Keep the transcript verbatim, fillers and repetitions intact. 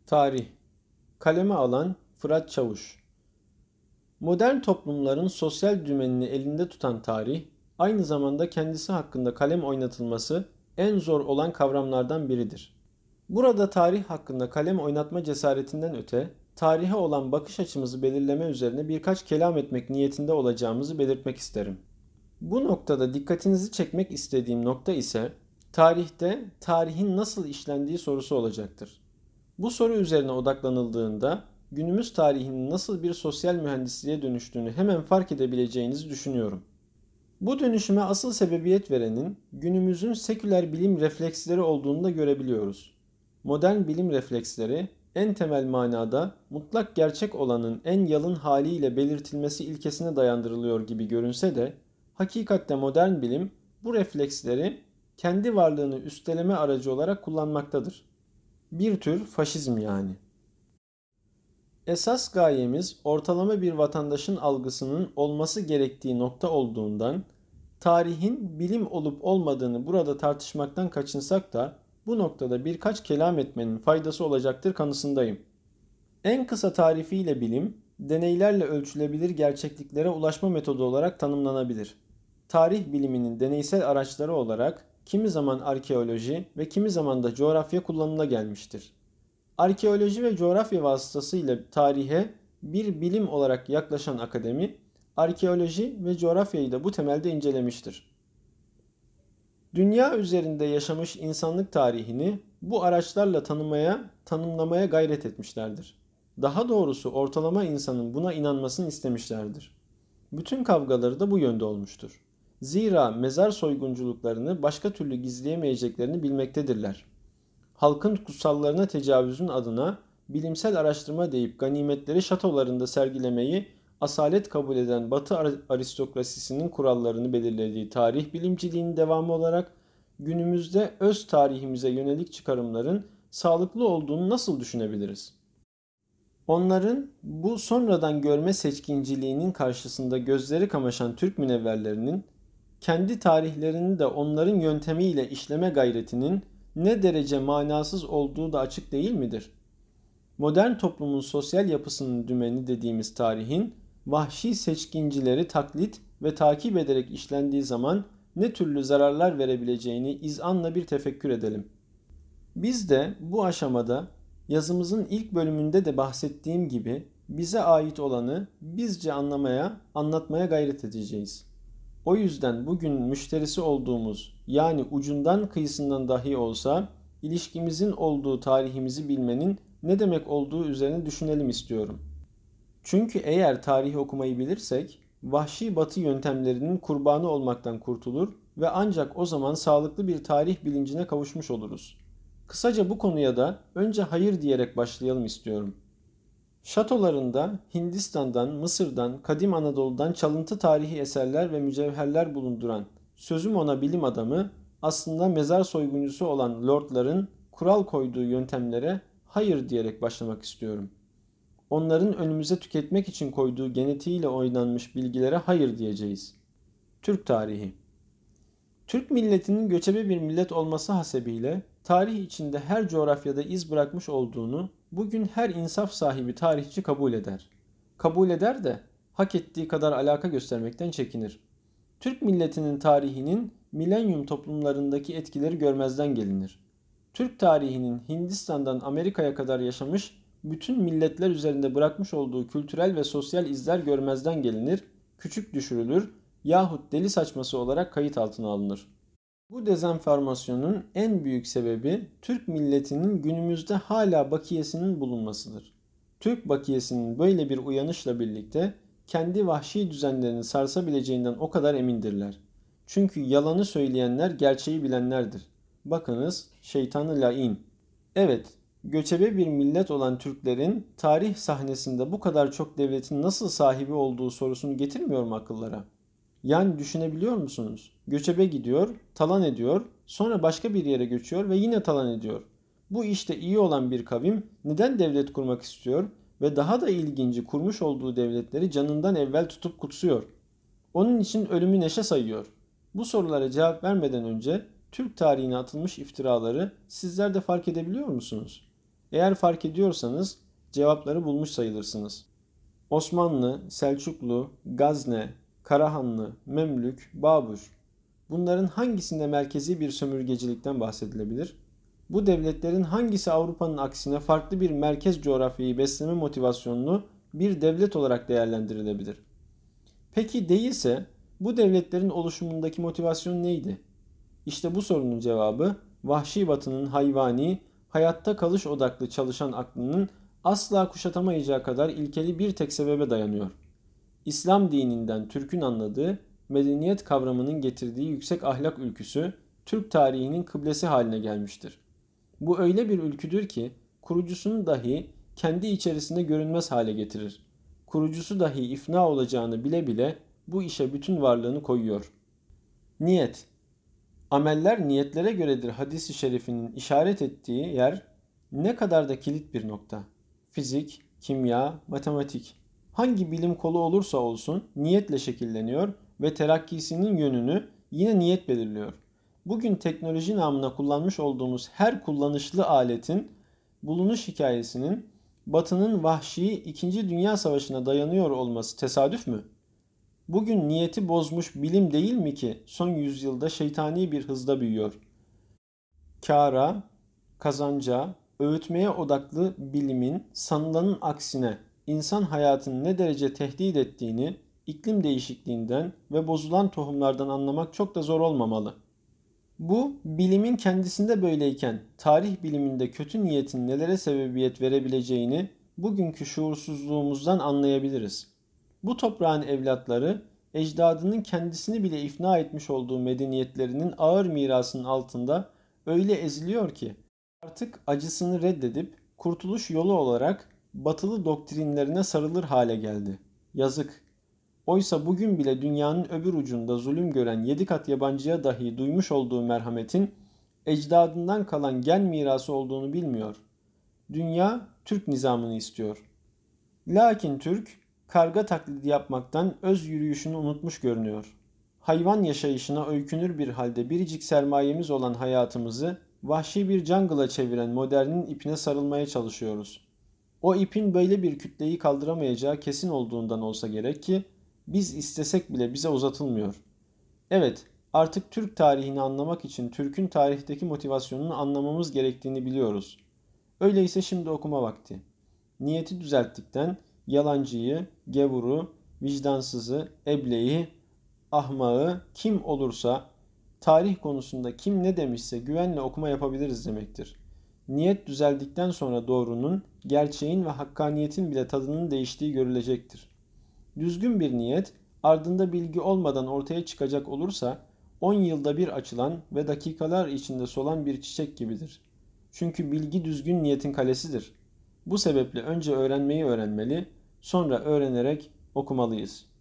Tarih. Kaleme alan Fırat Çavuş. Modern toplumların sosyal dümenini elinde tutan tarih, aynı zamanda kendisi hakkında kalem oynatılması en zor olan kavramlardan biridir. Burada tarih hakkında kalem oynatma cesaretinden öte, tarihe olan bakış açımızı belirleme üzerine birkaç kelam etmek niyetinde olacağımızı belirtmek isterim. Bu noktada dikkatinizi çekmek istediğim nokta ise, tarihte tarihin nasıl işlendiği sorusu olacaktır. Bu soru üzerine odaklanıldığında günümüz tarihinin nasıl bir sosyal mühendisliğe dönüştüğünü hemen fark edebileceğinizi düşünüyorum. Bu dönüşüme asıl sebebiyet verenin günümüzün seküler bilim refleksleri olduğunu da görebiliyoruz. Modern bilim refleksleri en temel manada mutlak gerçek olanın en yalın haliyle belirtilmesi ilkesine dayandırılıyor gibi görünse de hakikatte modern bilim bu refleksleri kendi varlığını üsteleme aracı olarak kullanmaktadır. Bir tür faşizm yani. Esas gayemiz ortalama bir vatandaşın algısının olması gerektiği nokta olduğundan tarihin bilim olup olmadığını burada tartışmaktan kaçınsak da bu noktada birkaç kelam etmenin faydası olacaktır kanısındayım. En kısa tarifiyle bilim, deneylerle ölçülebilir gerçekliklere ulaşma metodu olarak tanımlanabilir. Tarih biliminin deneysel araçları olarak kimi zaman arkeoloji ve kimi zaman da coğrafya kullanıla gelmiştir. Arkeoloji ve coğrafya vasıtasıyla tarihe bir bilim olarak yaklaşan akademi, arkeoloji ve coğrafyayı da bu temelde incelemiştir. Dünya üzerinde yaşamış insanlık tarihini bu araçlarla tanımaya, tanımlamaya gayret etmişlerdir. Daha doğrusu ortalama insanın buna inanmasını istemişlerdir. Bütün kavgaları da bu yönde olmuştur. Zira mezar soygunculuklarını başka türlü gizleyemeyeceklerini bilmektedirler. Halkın kutsallarına tecavüzün adına bilimsel araştırma deyip ganimetleri şatolarında sergilemeyi asalet kabul eden Batı aristokrasisinin kurallarını belirlediği tarih bilimciliğinin devamı olarak günümüzde öz tarihimize yönelik çıkarımların sağlıklı olduğunu nasıl düşünebiliriz? Onların bu sonradan görme seçkinciliğinin karşısında gözleri kamaşan Türk münevverlerinin kendi tarihlerini de onların yöntemiyle işleme gayretinin ne derece manasız olduğu da açık değil midir? Modern toplumun sosyal yapısının dümeni dediğimiz tarihin vahşi seçkincileri taklit ve takip ederek işlendiği zaman ne türlü zararlar verebileceğini izanla bir tefekkür edelim. Biz de bu aşamada yazımızın ilk bölümünde de bahsettiğim gibi bize ait olanı bizce anlamaya, anlatmaya gayret edeceğiz. O yüzden bugün müşterisi olduğumuz yani ucundan kıyısından dahi olsa ilişkimizin olduğu tarihimizi bilmenin ne demek olduğu üzerine düşünelim istiyorum. Çünkü eğer tarih okumayı bilirsek vahşi batı yöntemlerinin kurbanı olmaktan kurtulur ve ancak o zaman sağlıklı bir tarih bilincine kavuşmuş oluruz. Kısaca bu konuya da önce hayır diyerek başlayalım istiyorum. Şatolarında Hindistan'dan, Mısır'dan, Kadim Anadolu'dan çalıntı tarihi eserler ve mücevherler bulunduran sözüm ona bilim adamı aslında mezar soyguncusu olan lordların kural koyduğu yöntemlere hayır diyerek başlamak istiyorum. Onların önümüze tüketmek için koyduğu genetiğiyle oynanmış bilgilere hayır diyeceğiz. Türk tarihi. Türk milletinin göçebe bir millet olması hasebiyle tarih içinde her coğrafyada iz bırakmış olduğunu bugün her insaf sahibi tarihçi kabul eder. Kabul eder de hak ettiği kadar alaka göstermekten çekinir. Türk milletinin tarihinin milenyum toplumlarındaki etkileri görmezden gelinir. Türk tarihinin Hindistan'dan Amerika'ya kadar yaşamış bütün milletler üzerinde bırakmış olduğu kültürel ve sosyal izler görmezden gelinir, küçük düşürülür yahut deli saçması olarak kayıt altına alınır. Bu dezenformasyonun en büyük sebebi Türk milletinin günümüzde hala bakiyesinin bulunmasıdır. Türk bakiyesinin böyle bir uyanışla birlikte kendi vahşi düzenlerini sarsabileceğinden o kadar emindirler. Çünkü yalanı söyleyenler gerçeği bilenlerdir. Bakınız şeytanı lain. Evet, göçebe bir millet olan Türklerin tarih sahnesinde bu kadar çok devletin nasıl sahibi olduğu sorusunu getirmiyor mu akıllara? Yani düşünebiliyor musunuz? Göçebe gidiyor, talan ediyor, sonra başka bir yere göçüyor ve yine talan ediyor. Bu işte iyi olan bir kavim neden devlet kurmak istiyor ve daha da ilginci kurmuş olduğu devletleri canından evvel tutup kutsuyor? Onun için ölümü neşe sayıyor. Bu sorulara cevap vermeden önce Türk tarihine atılmış iftiraları sizler de fark edebiliyor musunuz? Eğer fark ediyorsanız cevapları bulmuş sayılırsınız. Osmanlı, Selçuklu, Gazne, Karahanlı, Memlük, Babür. Bunların hangisinde merkezi bir sömürgecilikten bahsedilebilir? Bu devletlerin hangisi Avrupa'nın aksine farklı bir merkez coğrafyayı besleme motivasyonunu bir devlet olarak değerlendirilebilir? Peki değilse bu devletlerin oluşumundaki motivasyon neydi? İşte bu sorunun cevabı Vahşi Batı'nın hayvani, hayatta kalış odaklı çalışan aklının asla kuşatamayacağı kadar ilkeli bir tek sebebe dayanıyor. İslam dininden Türk'ün anladığı medeniyet kavramının getirdiği yüksek ahlak ülküsü Türk tarihinin kıblesi haline gelmiştir. Bu öyle bir ülküdür ki kurucusunu dahi kendi içerisinde görünmez hale getirir. Kurucusu dahi ifna olacağını bile bile bu işe bütün varlığını koyuyor. Niyet. Ameller niyetlere göredir hadis-i şerifinin işaret ettiği yer ne kadar da kilit bir nokta. Fizik, kimya, matematik. Hangi bilim kolu olursa olsun niyetle şekilleniyor ve terakkisinin yönünü yine niyet belirliyor. Bugün teknoloji namına kullanmış olduğumuz her kullanışlı aletin bulunuş hikayesinin Batı'nın vahşi ikinci. Dünya Savaşı'na dayanıyor olması tesadüf mü? Bugün niyeti bozmuş bilim değil mi ki son yüzyılda şeytani bir hızda büyüyor? Kâra, kazanca, öğütmeye odaklı bilimin sanılanın aksine insan hayatını ne derece tehdit ettiğini iklim değişikliğinden ve bozulan tohumlardan anlamak çok da zor olmamalı. Bu bilimin kendisinde böyleyken tarih biliminde kötü niyetin nelere sebebiyet verebileceğini bugünkü şuursuzluğumuzdan anlayabiliriz. Bu toprağın evlatları ecdadının kendisini bile ifna etmiş olduğu medeniyetlerinin ağır mirasının altında öyle eziliyor ki artık acısını reddedip kurtuluş yolu olarak batılı doktrinlerine sarılır hale geldi. Yazık. Oysa bugün bile dünyanın öbür ucunda zulüm gören yedi kat yabancıya dahi duymuş olduğu merhametin ecdadından kalan gen mirası olduğunu bilmiyor. Dünya Türk nizamını istiyor. Lakin Türk karga taklidi yapmaktan öz yürüyüşünü unutmuş görünüyor. Hayvan yaşayışına öykünür bir halde biricik sermayemiz olan hayatımızı vahşi bir jungle'a çeviren modernin ipine sarılmaya çalışıyoruz. O ipin böyle bir kütleyi kaldıramayacağı kesin olduğundan olsa gerek ki biz istesek bile bize uzatılmıyor. Evet, artık Türk tarihini anlamak için Türk'ün tarihteki motivasyonunu anlamamız gerektiğini biliyoruz. Öyleyse şimdi okuma vakti. Niyeti düzelttikten yalancıyı, gevuru, vicdansızı, ebleyi, ahmağı kim olursa tarih konusunda kim ne demişse güvenle okuma yapabiliriz demektir. Niyet düzeldikten sonra doğrunun, gerçeğin ve hakkaniyetin bile tadının değiştiği görülecektir. Düzgün bir niyet ardında bilgi olmadan ortaya çıkacak olursa on yılda bir açılan ve dakikalar içinde solan bir çiçek gibidir. Çünkü bilgi düzgün niyetin kalesidir. Bu sebeple önce öğrenmeyi öğrenmeli, sonra öğrenerek okumalıyız.